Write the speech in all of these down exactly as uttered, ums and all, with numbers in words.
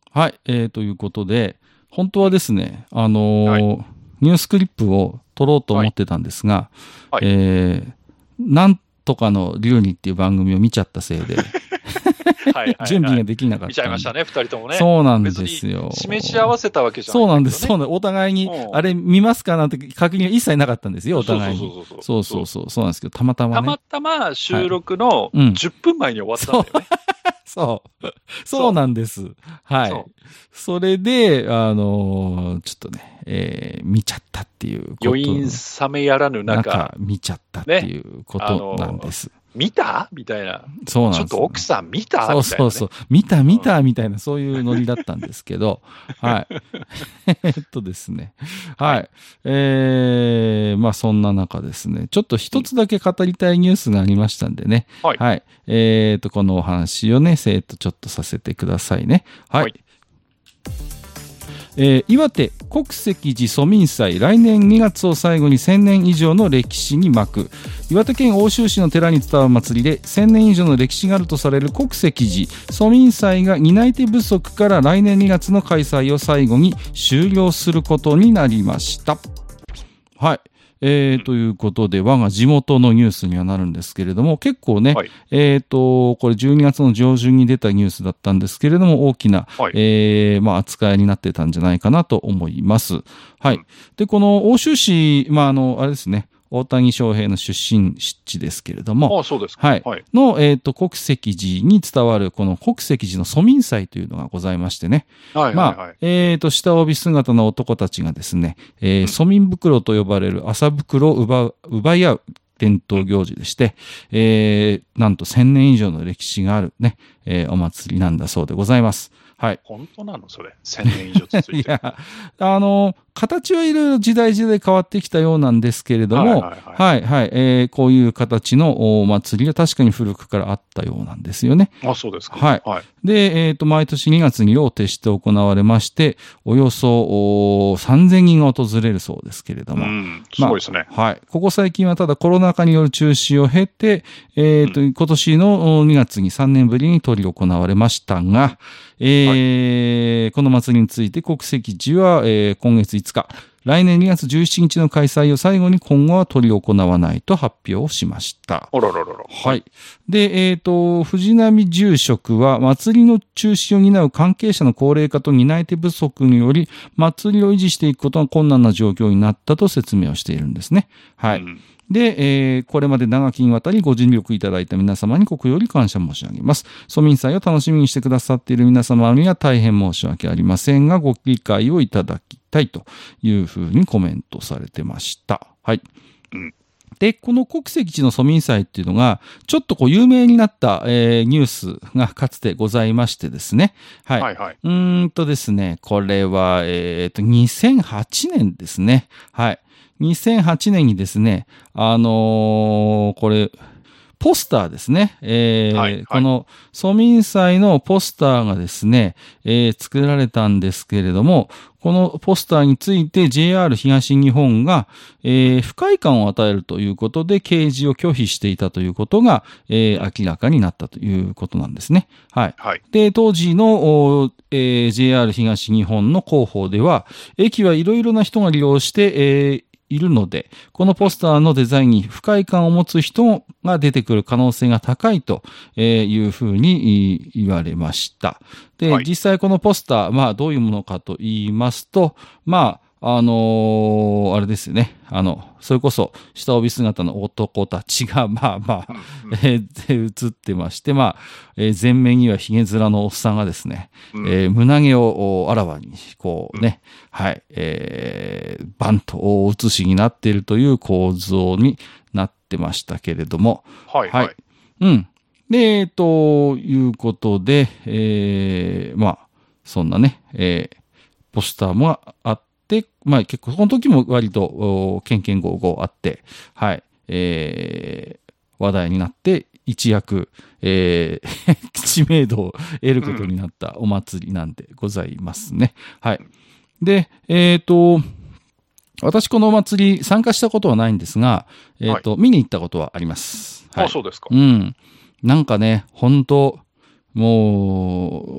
はい、えー、ということで、本当はですね、あのーはいニュースクリップを取ろうと思ってたんですが、 はいえーなんとかの流儀っていう番組を見ちゃったせいで、 はいはいはい準備ができなかったんで。 見ちゃいましたね、二人ともね。 そうなんですよ。 別に示し合わせたわけじゃないそうなんです。 んだけどね。 そうなんです。お互いにう、んあれ見ますかなんて確認は一切なかったんですよ、お互いに。 そうそうそうそうそうそう。そうなんですけど、たまたまね。 たまたま収録のうんじゅっぷんまえに終わったんだよね。 そう。そうなんです。はいそ。 それで、あのーちょっとね、えー見ちゃったっていうこと。 余韻冷めやらぬなん中、 か見ちゃったっていうことなんです。 見たみたいな。 そうなんです。 ちょっと奥さん見たそうみたいな、ね。 そうそう。見た見たみたいな、そういうノリだったんですけど、はい。えっとですね。はい。 はいえー、まあそんな中ですね、ちょっと一つだけ語りたいニュースがありましたんでね。 はいはい。えーと、このお話をね、えーと、ちょっとさせてくださいね。はい。 はいえー岩手国石寺蘇民祭、来年にがつを最後にせんねん以上の歴史に幕。岩手県奥州市の寺に伝わる祭りでせんねん以上の歴史があるとされる国石寺蘇民祭が担い手不足から来年にがつの開催を最後に終了することになりました。はい。えー、ということで、我が地元のニュースにはなるんですけれども、結構ね、 はいえーと、これじゅうにがつの上旬に出たニュースだったんですけれども、大きな、 はいえーまあ、扱いになってたんじゃないかなと思います。はい。 うんで、この奥州市、まあ、あの、あれですね、大谷翔平の出身地ですけれども、 ああ、そうですか。 はい。 はい。 の、えっ、と、国石寺に伝わる、この国石寺の蘇民祭というのがございましてね。 はいまあ、 はいはい。 えっ、と、下帯姿の男たちがですね、えーうん蘇民袋と呼ばれる麻袋を奪う、奪い合う伝統行事でして、えーなんと千年以上の歴史があるね、えーお祭りなんだそうでございます。はい。 本当なのそれ。千年以上続いてる。 いや、あの、形はいろいろ時代時代変わってきたようなんですけれども、 はいはいはいはい、はい、えーこういう形のお祭りが確かに古くからあったようなんですよね。 あ、そうですか。 はいはい。 で、えっ、と、毎年にがつに夜を徹して行われまして、およそおさんぜんにんが訪れるそうですけれども。 うん、すごいですね。 まあはい。ここ最近はただコロナ禍による中止を経て、えっ、と、今年のおにがつにさんねんぶりに執り行われましたが、えーこの祭りについて国石寺は、えー今月いつか、来年にがつじゅうしちにちの開催を最後に今後は執り行わないと発表をしました。 あらららら。 はい。で、えっ、と、藤波住職は、祭りの中止を担う関係者の高齢化と担い手不足により、祭りを維持していくことが困難な状況になったと説明をしているんですね。はい。 うんで、えーこれまで長きにわたりご尽力いただいた皆様に心より感謝申し上げます。蘇民祭を楽しみにしてくださっている皆様には大変申し訳ありませんが、ご理解をいただきたいというふうにコメントされてました。はい。 うんで、この国石寺の蘇民祭っていうのが、ちょっとこう有名になった、えーニュースがかつてございましてですね。はい。 はいはい。 うーんとですね、これは、えっと、にせんはちねんですね。はい。にせんはちねんにですね、あのーこれ、ポスターですね。えーはいはいこの蘇民祭のポスターがですね、えー作られたんですけれども、このポスターについて ジェイアール 東日本が、えー不快感を与えるということで掲示を拒否していたということが、えー明らかになったということなんですね。はい。 はい。 で、当時の、おえー ジェイアール 東日本の広報では、駅はいろいろな人が利用して、えーいるので、このポスターのデザインに不快感を持つ人が出てくる可能性が高いというふうに言われました。で、 はい実際このポスター、まあどういうものかと言いますと、まあ、あのーあれですよね。あの、それこそ、下帯姿の男たちが、まあまあ、えー、映ってまして、まあ、えー前面には髭面のおっさんがですね、 うんえー胸毛をおあらわに、こうね、はい、えーバンと大写しになっているという構造になってましたけれども、 はいはい。 うん。で、えっと、いうことで、えーまあ、そんなね、えーポスターもあって、まあ結構、この時も割と、おケンケンゴーゴーあって、はい、えー話題になって、一躍、えー知名度を得ることになったお祭りなんでございますね。はい。で、えっと、私このお祭り参加したことはないんですが、えっと、見に行ったことはあります。はい。 あ、そうですかう。ん。なんかね、本当もう、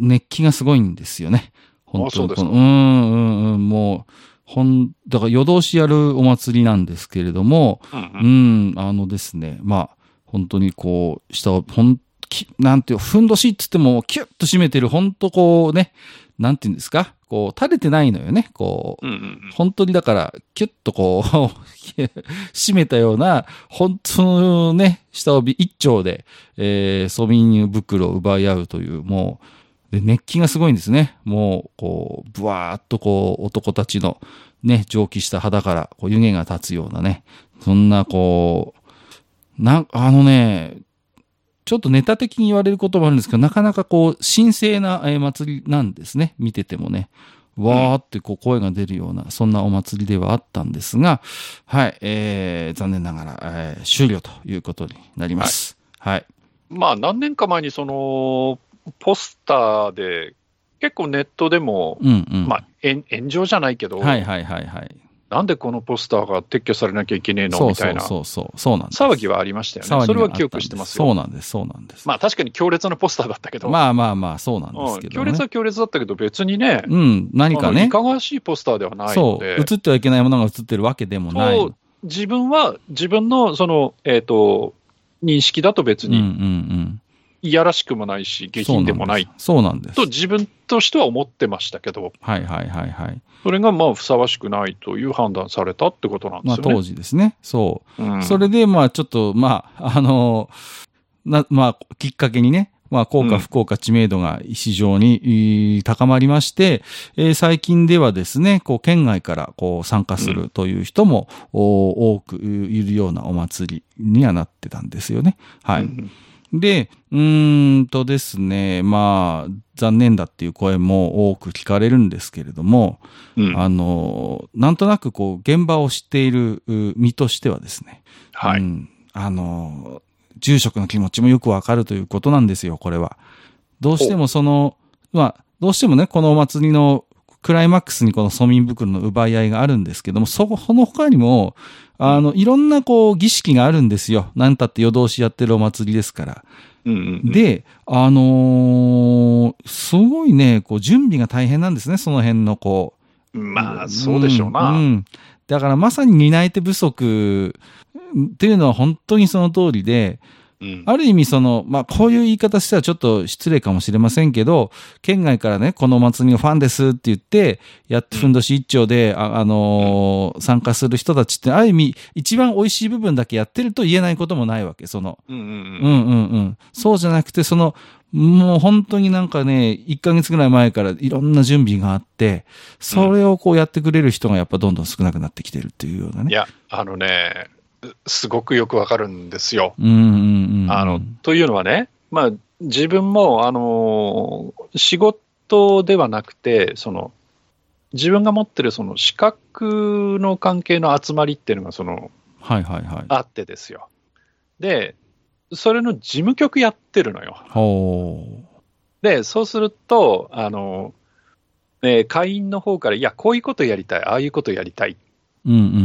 熱気がすごいんですよね。本当にこの。 あ、そうですか。 うんうんうん、もう、ほん、だから夜通しやるお祭りなんですけれども、 うんううんん、あのですね、まあ、本当にこう、下を、ほん、きなんていう、ふんどしっつっても、キュッと締めてる、本当こうね、なんていうんですか、こう、垂れてないのよね、こう、 うんうんうん。 本当にだから、キュッとこう、締めたような、本当のね、下帯一丁で、えー、ソミン袋を奪い合うという、もう、で、熱気がすごいんですね。もう、こう、ブワーっとこう、男たちの、ね、蒸気した肌から、こう、湯気が立つようなね、そんな、こう、なん、あのね、ちょっとネタ的に言われることもあるんですけど、なかなかこう、神聖なえー祭りなんですね。見ててもね。わーってこう声が出るような、そんなお祭りではあったんですが、はい、えー、残念ながら、えー、終了ということになります。はい。はい、 まあ、何年か前にその、ポスターで、結構ネットでも、 うんうん。 まあ、炎炎上じゃないけど、 はいはいはいはい。 なんでこのポスターが撤去されなきゃいけねえのそうみたいなそうそうそう、そうなんです。 騒ぎはありましたよね。それは記憶してますよ。 そうなんです、そうなんです。 まあ確かに強烈なポスターだったけど。 まあまあまあ、そうなんですけど、ね、 うん、強烈は強烈だったけど、別にね、 うん、何かね。 いかがわしいポスターではないのそう、 で。 映ってはいけないものが映ってるわけでもない。 そう、自分は、自分の、その、えっ、ー、と、認識だと別に、いやらしくもないし、下品でもない。 そうなんです。 と自分としては思ってましたけど。 はいはいはいはい。 それがまあふさわしくないという判断されたってことなんですよね。 まあ当時ですね。そう。 うん、 それでまあちょっとまあ、あの、な、まあきっかけにね、まあ効果不効果知名度が非常に高まりまして、うん、えー、最近ではですね、こう県外からこう参加するという人も、うん、多くいるようなお祭りにはなってたんですよね。はい。うん、で、うーんとですね、まあ、残念だっていう声も多く聞かれるんですけれども、うん、あの、なんとなくこう、現場を知っている身としてはですね、 はい。 うん、あの、住職の気持ちもよくわかるということなんですよ、これは。どうしてもその、まあ、どうしてもね、このお祭りのクライマックスにこのソミン袋の奪い合いがあるんですけども、そこ、その他にも、あの、いろんなこう、儀式があるんですよ。なんたって夜通しやってるお祭りですから。 うんうんうん、 で、あのー、すごいね、こう、準備が大変なんですね、その辺のこう。まあ、そうでしょうな。 うん。うん、だからまさに担い手不足っていうのは本当にその通りで、うん、ある意味その、まあ、こういう言い方したらちょっと失礼かもしれませんけど、県外からね、このお祭りのファンですって言って、やっとふんどし一丁で、あ、あのー、参加する人たちって、ある意味、一番美味しい部分だけやってると言えないこともないわけ、その。うんうんうん。うんうんうん。そうじゃなくて、その、もう本当になんかね、いっかげつぐらい前からいろんな準備があって、それをこうやってくれる人がやっぱどんどん少なくなってきてるっていうようなね。 いや、あのね、すごくよくわかるんですよ。 うんうんうん、 あのというのはね、まあ、自分もあの仕事ではなくて、その自分が持ってるその資格の関係の集まりっていうのがその、 はいはいはい、 あってですよ。で、それの事務局やってるのよ。 ほう。 で、そうすると、あの、ね、会員の方から、いや、こういうことやりたい、ああいうことやりたい。 うんうんうんうん。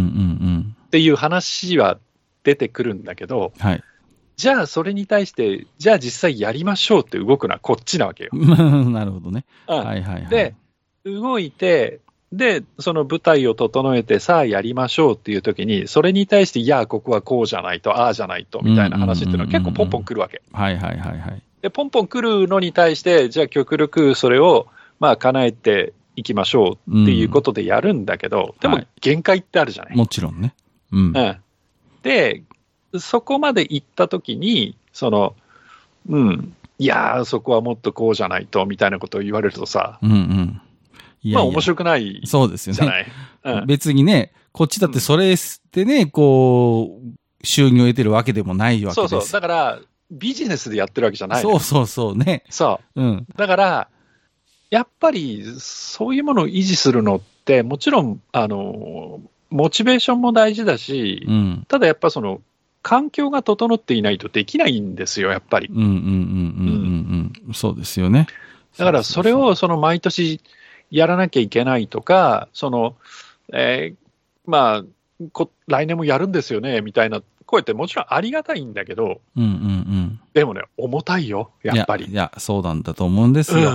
っていう話は出てくるんだけど、 はい、 じゃあそれに対して、じゃあ実際やりましょうって動くのはこっちなわけよ。 なるほどね。 うん、 はいはいはい。 で、動いて、で、その舞台を整えて、さあやりましょうっていう時に、それに対して、いや、ここはこうじゃないと、ああじゃないと、みたいな話っていうのは結構ポンポン来るわけ。 はいはいはいはい。 で、ポンポン来るのに対して、じゃあ極力それを、まあ叶えていきましょうっていうことでやるんだけど、うん、でも限界ってあるじゃない。 もちろんね。うん。 うん、で、そこまで行ったときに、その、うん、いやー、そこはもっとこうじゃないと、みたいなことを言われるとさ、 うんうん。いやいやまあ面白くないじゃない。 そうですよね。 うん、 別にね、こっちだってそれでね、うん、こう、収入を得てるわけでもないわけです。 そうそう。だから、ビジネスでやってるわけじゃない。 そうそうそうね。 そう。うん。だから、やっぱり、そういうものを維持するのって、もちろん、あの、モチベーションも大事だし、うん、ただやっぱその、環境が整っていないとできないんですよ、やっぱり。 うんうんうんうんうんうん。そうですよね。 だからそれをその毎年やらなきゃいけないとか、その、えー、まあこ、来年もやるんですよね、みたいな声ってもちろんありがたいんだけど、 うんうんうん、 でもね、重たいよ、やっぱり。 いや、いやそうなんだと思うんですよ。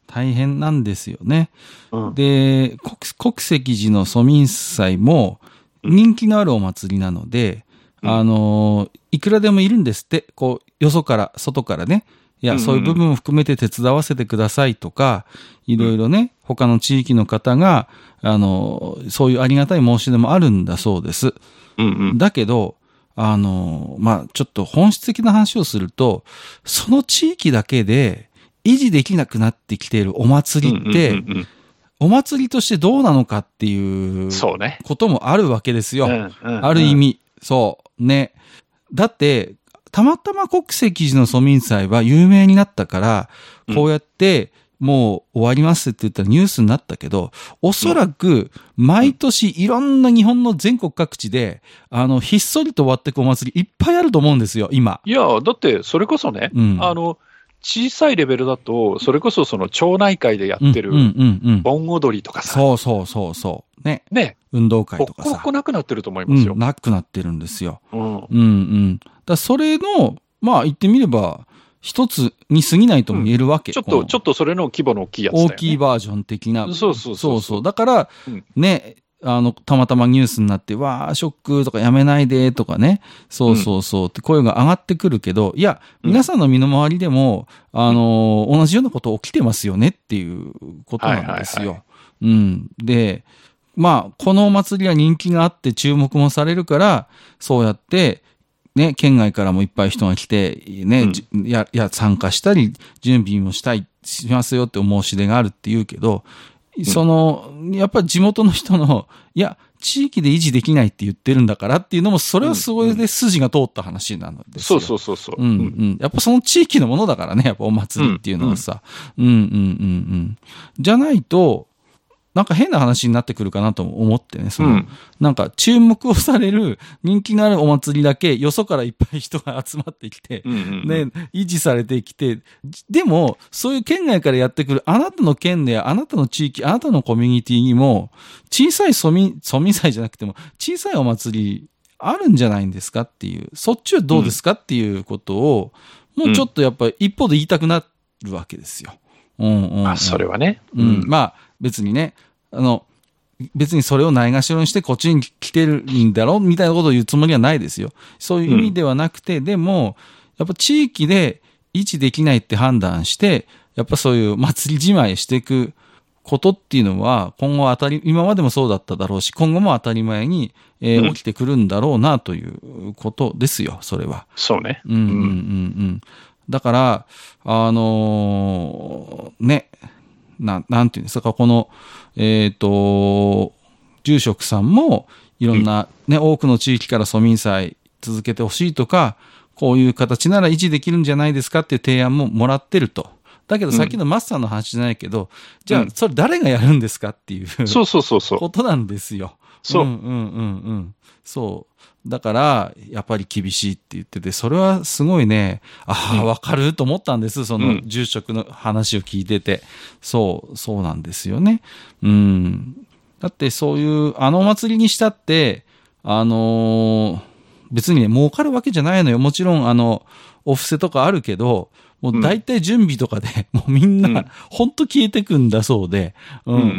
大変なんですよね。 うん、 で、国、国籍寺の蘇民祭も人気のあるお祭りなので、うん、あの、いくらでもいるんですって、こう、よそから、外からね、いや、そういう部分を含めて手伝わせてくださいとか、いろいろね、他の地域の方が、あの、そういうありがたい申し出もあるんだそうです。 うんうん、 だけど、あの、まあ、ちょっと本質的な話をすると、その地域だけで維持できなくなってきているお祭りって、うんうんうんうん、お祭りとしてどうなのかっていうこともあるわけですよ。 うんうんうん、 ある意味。そう。ね。だって、たまたま国籍寺の蘇民祭は有名になったから、こうやって、もう終わりますって言ったらニュースになったけど、おそらく毎年いろんな日本の全国各地で、あの、ひっそりと終わっていくお祭りいっぱいあると思うんですよ、今。 いや、だってそれこそね、うん、あの、小さいレベルだと、それこそその町内会でやってる盆踊りとかさ。 そうそうそうそう。ね。 ね。 運動会とかさ。 ここなくなってると思いますよ。 うん、なくなってるんですよ。 うん。うんうん。だそれの、まあ言ってみれば、一つに過ぎないとも言えるわけ。 うん、ちょっと、ちょっとそれの規模の大きいやつだよね。 大きいバージョン的な。 そうそうそうそうそう。だから、うん、ね、あの、たまたまニュースになって、わー、ショックとかやめないでとかね。そうそうそうって声が上がってくるけど、いや、皆さんの身の回りでも、うん、あの、同じようなこと起きてますよねっていうことなんですよ。はいはいはい、うん。で、まあ、このお祭りは人気があって注目もされるから、そうやって、ね、県外からもいっぱい人が来て、ね、うん、や、や、参加したり、準備もしたい、しますよってお申し出があるって言うけど、うん、その、やっぱり地元の人の、いや、地域で維持できないって言ってるんだからっていうのも、それはすごいで筋が通った話なんですよ。 そうそうそうそう。 うんうん。やっぱその地域のものだからね、やっぱお祭りっていうのはさ。うんうんうんうん。じゃないと、なんか変な話になってくるかなと思ってね、その、うん、なんか注目をされる人気のあるお祭りだけよそからいっぱい人が集まってきて、うんうんうん、ね、維持されてきて、でも、そういう県外からやってくるあなたの県で、あなたの地域、あなたのコミュニティにも、小さい蘇民、蘇民祭じゃなくても、小さいお祭りあるんじゃないんですかっていう、そっちはどうですかっていうことを、もうちょっとやっぱり一方で言いたくなるわけですよ。うんうんうん、 あ、それはね。 うん。うん、まあ、別にね、あの、別にそれをないがしろにしてこっちに来てるんだろうみたいなことを言うつもりはないですよ。そういう意味ではなくて、うん、でも、やっぱ地域で維持できないって判断して、やっぱそういう祭りじまいしていくことっていうのは、今後当たり、今までもそうだっただろうし、今後も当たり前に、えーうん、起きてくるんだろうなということですよ、それは。 そうね。 うんうんうんうん。だから、あのー、ね、な、なんていうんですか、この、えっと、住職さんも、いろんなね、うん、多くの地域から蘇民祭続けてほしいとか、こういう形なら維持できるんじゃないですかっていう提案ももらってると。だけど、さっきのマスターの話じゃないけど、うん、じゃあ、それ誰がやるんですかっていう、うん、 そうそうそうそう。 ことなんですよ。 そう。 うんうんうんうん。そう。だから、やっぱり厳しいって言ってて、それはすごいね、ああ、わかると思ったんです。その住職の話を聞いてて。そう、そうなんですよね。うん。だってそういう、あのお祭りにしたって、あのー、別にね、儲かるわけじゃないのよ。もちろん、あの、お布施とかあるけど、もう大体準備とかで、もうみんな、ほんと消えてくんだそうで。うんうんうんうん。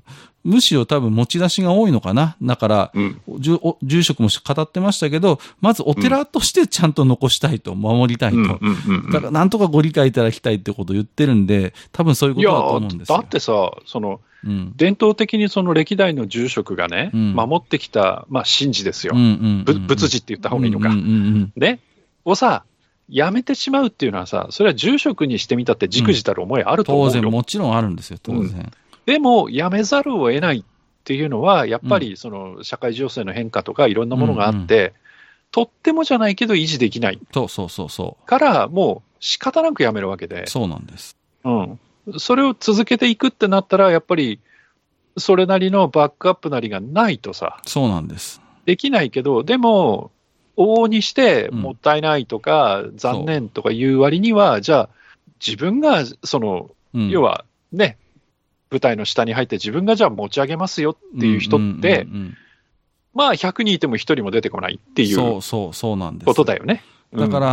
むしろ多分持ち出しが多いのかな。だから、うん、住職も語ってましたけど、まずお寺としてちゃんと残したいと、守りたいと。だからなんとかご理解いただきたいってことを言ってるんで、多分そういうことだと思うんですよ。 いや、だってさ、その、うん、伝統的にその歴代の住職がね、うん、守ってきた、まあ、神事ですよ。仏事って言った方がいいのか。ね。をさ、やめてしまうっていうのはさ、それは住職にしてみたって忸怩たる思いあると思うよ、 うん、当然、もちろんあるんですよ、当然。うんでも、やめざるを得ないっていうのは、やっぱりその社会情勢の変化とかいろんなものがあって、うんうん、とってもじゃないけど維持できない。 そうそうそうそう。 から、もう仕方なくやめるわけで。 そうなんです。 うん。それを続けていくってなったら、やっぱり、それなりのバックアップなりがないとさ。 そうなんです。 できないけど、でも、往々にして、もったいないとか、うん、残念とかいう割には、じゃあ、自分が、その、うん、要はね、舞台の下に入って自分がじゃあ持ち上げますよっていう人って、まあひゃくにんいてもひとりも出てこないっていう、そうそうそうなんです。ことだよね。 だから、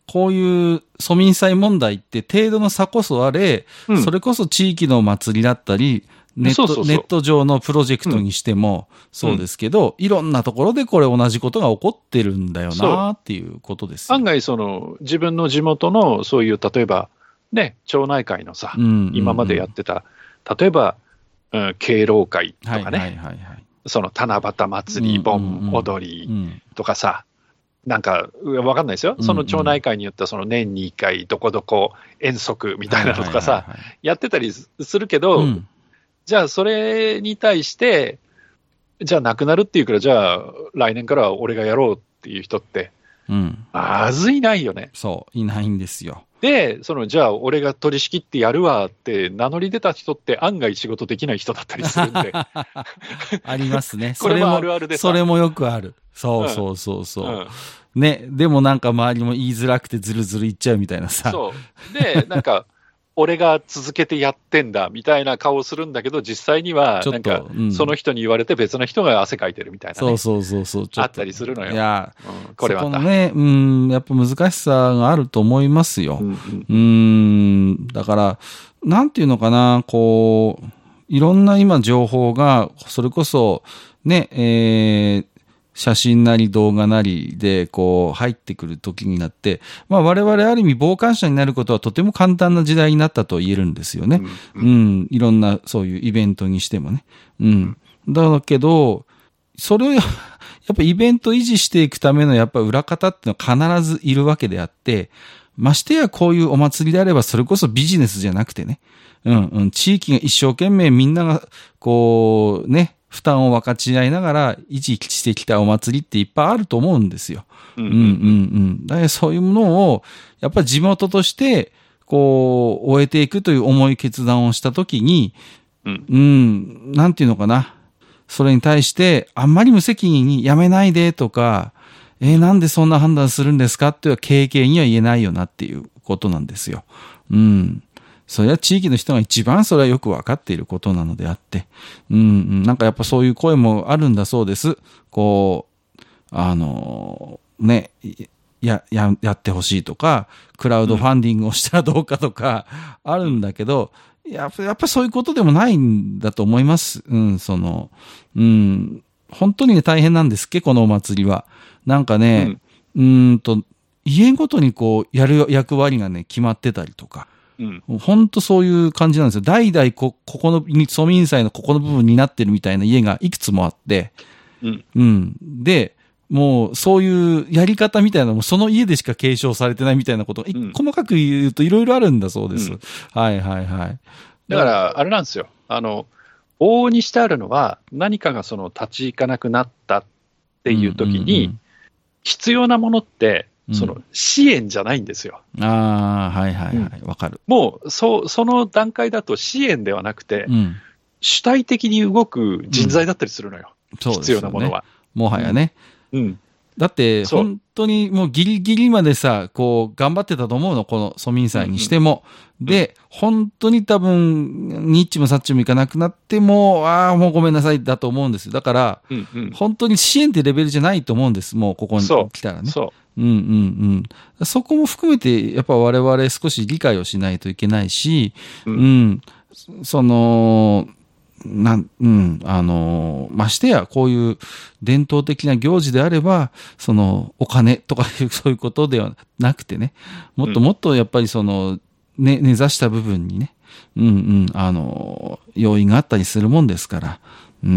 こういう庶民祭問題って程度の差こそあれ、うん、それこそ地域の祭りだったり、ネット、そうそうそうネット上のプロジェクトにしてもそうですけど、うん、いろんなところでこれ同じことが起こってるんだよなっていうことです、 ね。案外その自分の地元のそういう例えばね、町内会のさ、うんうんうん、今までやってた、例えば、うん、敬老会とかね、はいはいはいはい、その七夕祭り、盆踊りとかさ、うんうんうん、なんかわかんないですよ、うんうん、その町内会によってはその年にいっかいどこどこ遠足みたいなのとかさ、はいはいはいはい、やってたりするけど、うんじゃあ、それに対して、じゃあ、なくなるっていうから、じゃあ、来年からは俺がやろうっていう人って、うん、まずいないよね。 そう、いないんですよ。 で、その、じゃあ、俺が取り仕切ってやるわって名乗り出た人って、案外仕事できない人だったりするんで。 ありますね。 これもあるあるでさ。 それもよくある。そうそうそうそう。うんうんね、でもなんか周りも言いづらくてずるずる言っちゃうみたいなさ。 そう。で、なんか、俺が続けてやってんだみたいな顔するんだけど、実際にはなんかその人に言われて別の人が汗かいてるみたいな、ね、 そうそうそうそうあったりするのよ。 いや、うん、これはそこのね、うん、やっぱ難しさがあると思いますよ。うん、うん、うんだからなんていうのかな、こういろんな今情報がそれこそね、えー写真なり動画なりでこう入ってくる時になって、まあ我々ある意味傍観者になることはとても簡単な時代になったと言えるんですよね。うん、うん、いろんなそういうイベントにしてもね。うん。だけど、それをやっぱイベント維持していくためのやっぱ裏方っていうのは必ずいるわけであって、ましてやこういうお祭りであればそれこそビジネスじゃなくてね。うんうん。地域が一生懸命みんながこうね、負担を分かち合いながら維持してきたお祭りっていっぱいあると思うんですよ。うんうんうん。だからそういうものをやっぱり地元としてこう終えていくという重い決断をしたときに、うん、うん、なんていうのかな。それに対してあんまり無責任にやめないでとか、えー、なんでそんな判断するんですかっていう経験には言えないよなっていうことなんですよ。うん。それは地域の人が一番それはよくわかっていることなのであって、うん、なんかやっぱそういう声もあるんだそうです。こう、あの、ね、や、や、やってほしいとか、クラウドファンディングをしたらどうかとか、あるんだけど、やっぱ、やっぱそういうことでもないんだと思います。うん、その、うん、本当にね、大変なんですっけ、このお祭りは。なんかね、うん、うーんと、家ごとにこう、やる役割がね、決まってたりとか、うん、本当そういう感じなんですよ。代々こ、ここの、庶民祭のここの部分になってるみたいな家がいくつもあって、うん。うん。で、もうそういうやり方みたいなのもその家でしか継承されてないみたいなことが、うん、細かく言うといろいろあるんだそうです、うん。はいはいはい。 だから、あれなんですよ。あの、往々にしてあるのは、何かがその立ち行かなくなったっていう時に、うんうんうん、必要なものって、その支援じゃないんですよ。 うん、ああ、はいはいはい。わ、うん、かる。 もう、そう、その段階だと支援ではなくて、うん、主体的に動く人材だったりするのよ。うん、そうですよね。必要なものは。 もはやね。うん。うん、だって、本当にもうギリギリまでさ、こう、頑張ってたと思うの、この庶民祭にしても。うんうん、で、本当に多分、ニッチもサッチもいかなくなっても、ああ、もうごめんなさいだと思うんですよ。だから、うんうん、本当に支援ってレベルじゃないと思うんです。もうここに来たらね。そう。そううんうんうん。そこも含めて、やっぱ我々少し理解をしないといけないし、うん、うん、その、なん、うん、あの、ましてや、こういう伝統的な行事であれば、その、お金とかいう、そういうことではなくてね、もっともっとやっぱりその、ね、根ざした部分にね、うんうん、あの、要因があったりするもんですから、うん。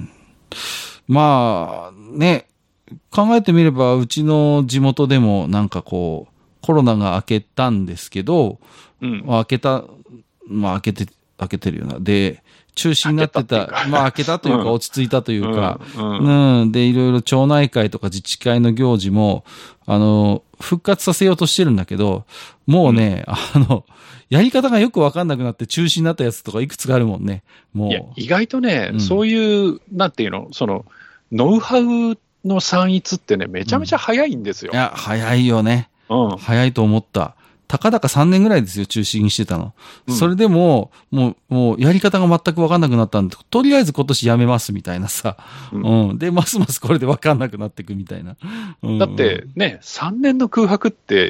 まあ、ね、考えてみれば、うちの地元でもなんかこう、コロナが明けたんですけど、うん、まあ、明けた、まあ明けて、明けてるような。で、中止になってた、たまあ明けたというか落ち着いたというか、うん、うんうん、で、いろいろ町内会とか自治会の行事も、あの、復活させようとしてるんだけど、もうね、うん、あの、やり方がよくわかんなくなって中止になったやつとかいくつかあるもんね。もう。いや、 意外とね、うん、そういう、なんていうの、その、ノウハウの散逸ってね、めちゃめちゃ早いんですよ。 うん、いや、早いよね。うん。早いと思った。たかだかさんねんぐらいですよ、中止にしてたの。うん、それでも、もう、もう、やり方が全くわかんなくなったんで、とりあえず今年やめますみたいなさ。うん。うん、で、ますますこれでわかんなくなっていくみたいな。 うん、だってね、さんねんの空白って、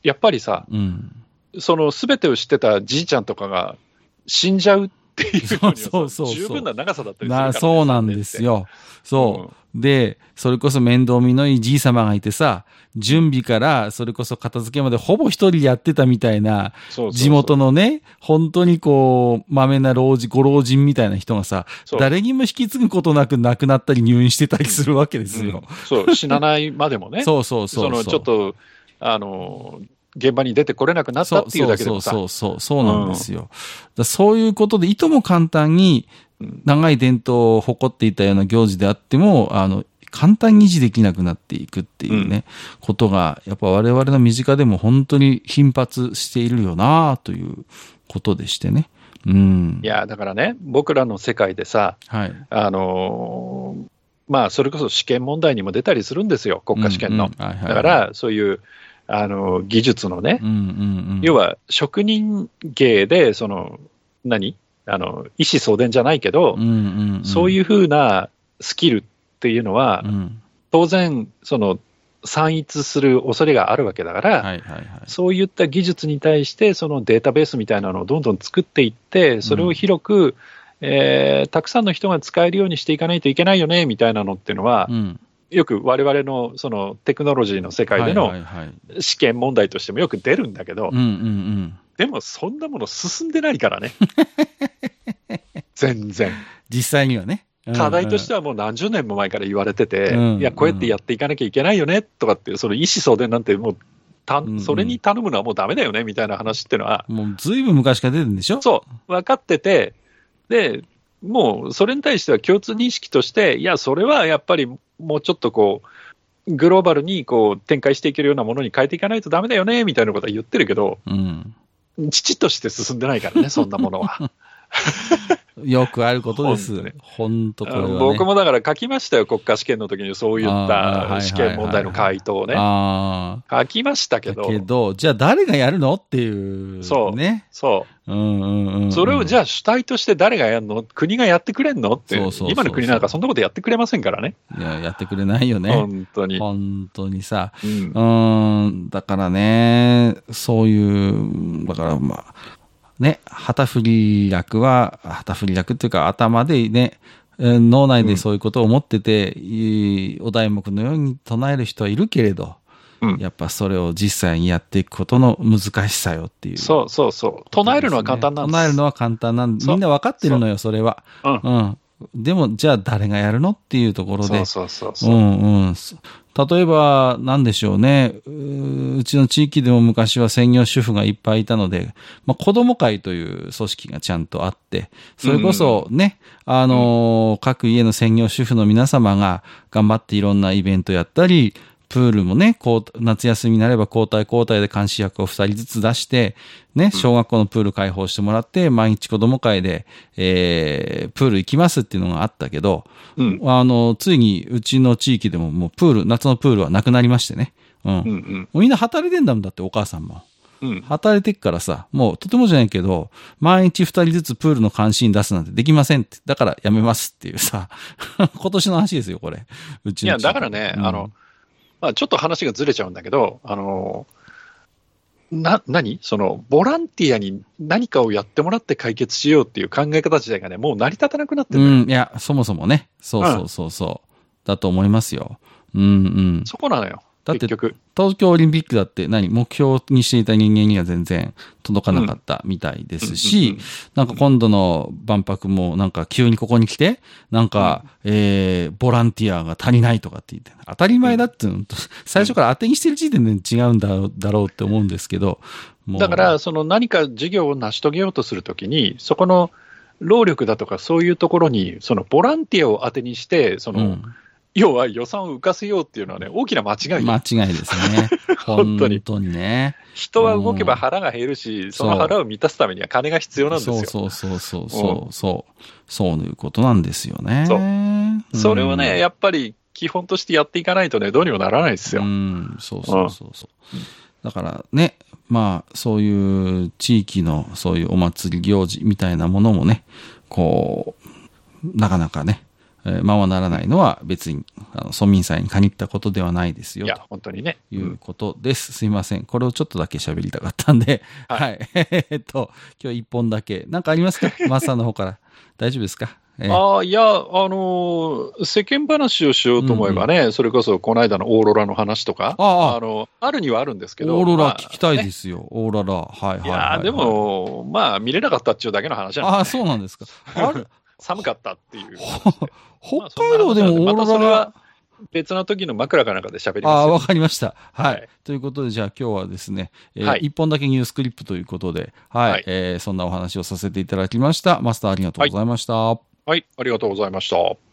やっぱりさ、 うん、 その全てを知ってたじいちゃんとかが死んじゃうっていうのにはさ、十分な長さだったりするから、ね、 そうなんですよ。そう、うん。で、それこそ面倒見のいいじい様がいてさ、準備からそれこそ片付けまでほぼ一人でやってたみたいな、地元のね、本当にこう、まめな老人、ご老人みたいな人がさ、誰にも引き継ぐことなく亡くなったり入院してたりするわけですよ。 うん、そう、死なないまでもね。 そうそうそうそう。 そのちょっと、あの、現場に出てこれなくなったっていうだけでもさ。 そうそうそうそう、そうなんですよ。うん、そういうことで、いとも簡単に長い伝統を誇っていたような行事であっても、あの、簡単に維持できなくなっていくっていうね、うん、ことが、やっぱ我々の身近でも本当に頻発しているよなということでしてね。うん。 いや、だからね、僕らの世界でさ、 はい、 あのー、まあ、それこそ試験問題にも出たりするんですよ、国家試験の。だから、そういう、あの、技術のね、 うんうんうん、 要は職人芸で、その、何あの、意思相伝じゃないけど、 うんうんうん、 そういうふうなスキルっていうのは、うん、当然、その、散逸する恐れがあるわけだから、 はいはいはい、 そういった技術に対して、そのデータベースみたいなのをどんどん作っていって、それを広く、うん、えー、たくさんの人が使えるようにしていかないといけないよね、みたいなのっていうのは、うん、よく我々のそのテクノロジーの世界での試験問題としてもよく出るんだけど、 うんうんうん、 でもそんなもの進んでないからね。全然。 実際にはね。 課題としてはもう何十年も前から言われてて、うんうん、いや、こうやってやっていかなきゃいけないよねとかって、その意思相伝なんてもうた、うんうん、それに頼むのはもうダメだよねみたいな話っていうのは。 もうずいぶん昔から出てるんでしょ？ そう、分かってて、で、もうそれに対しては共通認識として、いや、それはやっぱりもうちょっとこう、グローバルにこう展開していけるようなものに変えていかないとダメだよねみたいなことは言ってるけど、 うん、 父として進んでないからね、そんなものは。 よくあることです。本当これはね。 僕もだから書きましたよ、国家試験の時にそういった試験問題の回答をね。書きましたけど。 けど、じゃあ誰がやるのっていう、ね。 そう。そう。 うんうんうんうん、 それをじゃあ主体として誰がやるの？国がやってくれんのって。そうそうそうそう、今の国なんかそんなことやってくれませんからね。 いや、やってくれないよね。 本当に。 本当にさ。うん。うん、だからね、そういう、だからまあ、ね、旗振り役は、旗振り役っていうか頭でね、脳内でそういうことを思ってて、うん、お題目のように唱える人はいるけれど、うん、やっぱそれを実際にやっていくことの難しさよっていう、ね。 そうそうそう。唱えるのは簡単なんです。 唱えるのは簡単なんで、みんな分かってるのよ、それは。うん。うん。でも、じゃあ誰がやるのっていうところで。 そうそうそうそう。 うんうん。例えば、なんでしょうね。う, うちの地域でも昔は専業主婦がいっぱいいたので、まあ、子供会という組織がちゃんとあって、それこそね、うんうん、あの、各家の専業主婦の皆様が頑張っていろんなイベントやったり、プールもね、こう、夏休みになれば交代交代で監視役をふたりずつ出して、ね、小学校のプール開放してもらって、毎日子供会で、えー、プール行きますっていうのがあったけど、うん、あの、ついにうちの地域でももうプール、夏のプールはなくなりましてね。うん。うんうん、もうみんな働いてんだもんだって、お母さんも。うん、働いてっからさ、もうとてもじゃないけど、毎日二人ずつプールの監視員出すなんてできませんって。だからやめますっていうさ、今年の話ですよ、これ。うちの地域。 いや、だからね、うん、あの、まあ、ちょっと話がずれちゃうんだけど、あの、な、何その、ボランティアに何かをやってもらって解決しようっていう考え方自体がね、もう成り立たなくなってる、ね。 うん、いや、そもそもね。そうそうそうそう。うん、だと思いますよ。うんうん。 そこなのよ。 だって、東京オリンピックだって何目標にしていた人間には全然届かなかったみたいですし、なんか今度の万博もなんか急にここに来て、なんか、うん、えー、ボランティアが足りないとかって言って、当たり前だっていうのと、最初から当てにしてる時点で違うんだろう、だろうって思うんですけど、 もうだから、その何か事業を成し遂げようとするときに、そこの労力だとかそういうところに、そのボランティアを当てにして、その、うん要は予算を浮かせようっていうのはね、大きな間違い。 間違いですね。本当に。本当にね。 人は動けば腹が減るし、うん、その腹を満たすためには金が必要なんですよ。 そうそうそうそう。うん、そう。そういうことなんですよね。 そう。うん、それをね、やっぱり基本としてやっていかないとね、どうにもならないですよ。 うん、そうそうそうそう。うん、だからね、まあ、そういう地域のそういうお祭り行事みたいなものもね、こう、なかなかね、 えー、ままならないのは別にあの村民祭に限ったことではないですよ。 いや、本当にね。 いうことです。すいません。これをちょっとだけ喋りたかったんで、はい。はい、えっと、今日一本だけ。なんかありますかマスターの方から。大丈夫ですか？ えー、ああ、いや、あのー、世間話をしようと思えばね、うんうん、それこそこの間のオーロラの話とか、ああの、あるにはあるんですけど。 オーロラ聞きたいですよ。まあね、オーロラ。はいはいはい、はい。いや、でも、まあ、見れなかったっていうだけの話なんで、ね。 ああ、そうなんですか。あれ寒かったっていう。 北海道でもオーロラ、 またそれは別の時の枕かなんかで喋りますよ。 ああ、わかりました。はい。はい、ということで、じゃあ今日はですね、えーはい、一本だけニュースクリップということで、はい。はい、えー、そんなお話をさせていただきました。マスターありがとうございました。 はい、はい、ありがとうございました。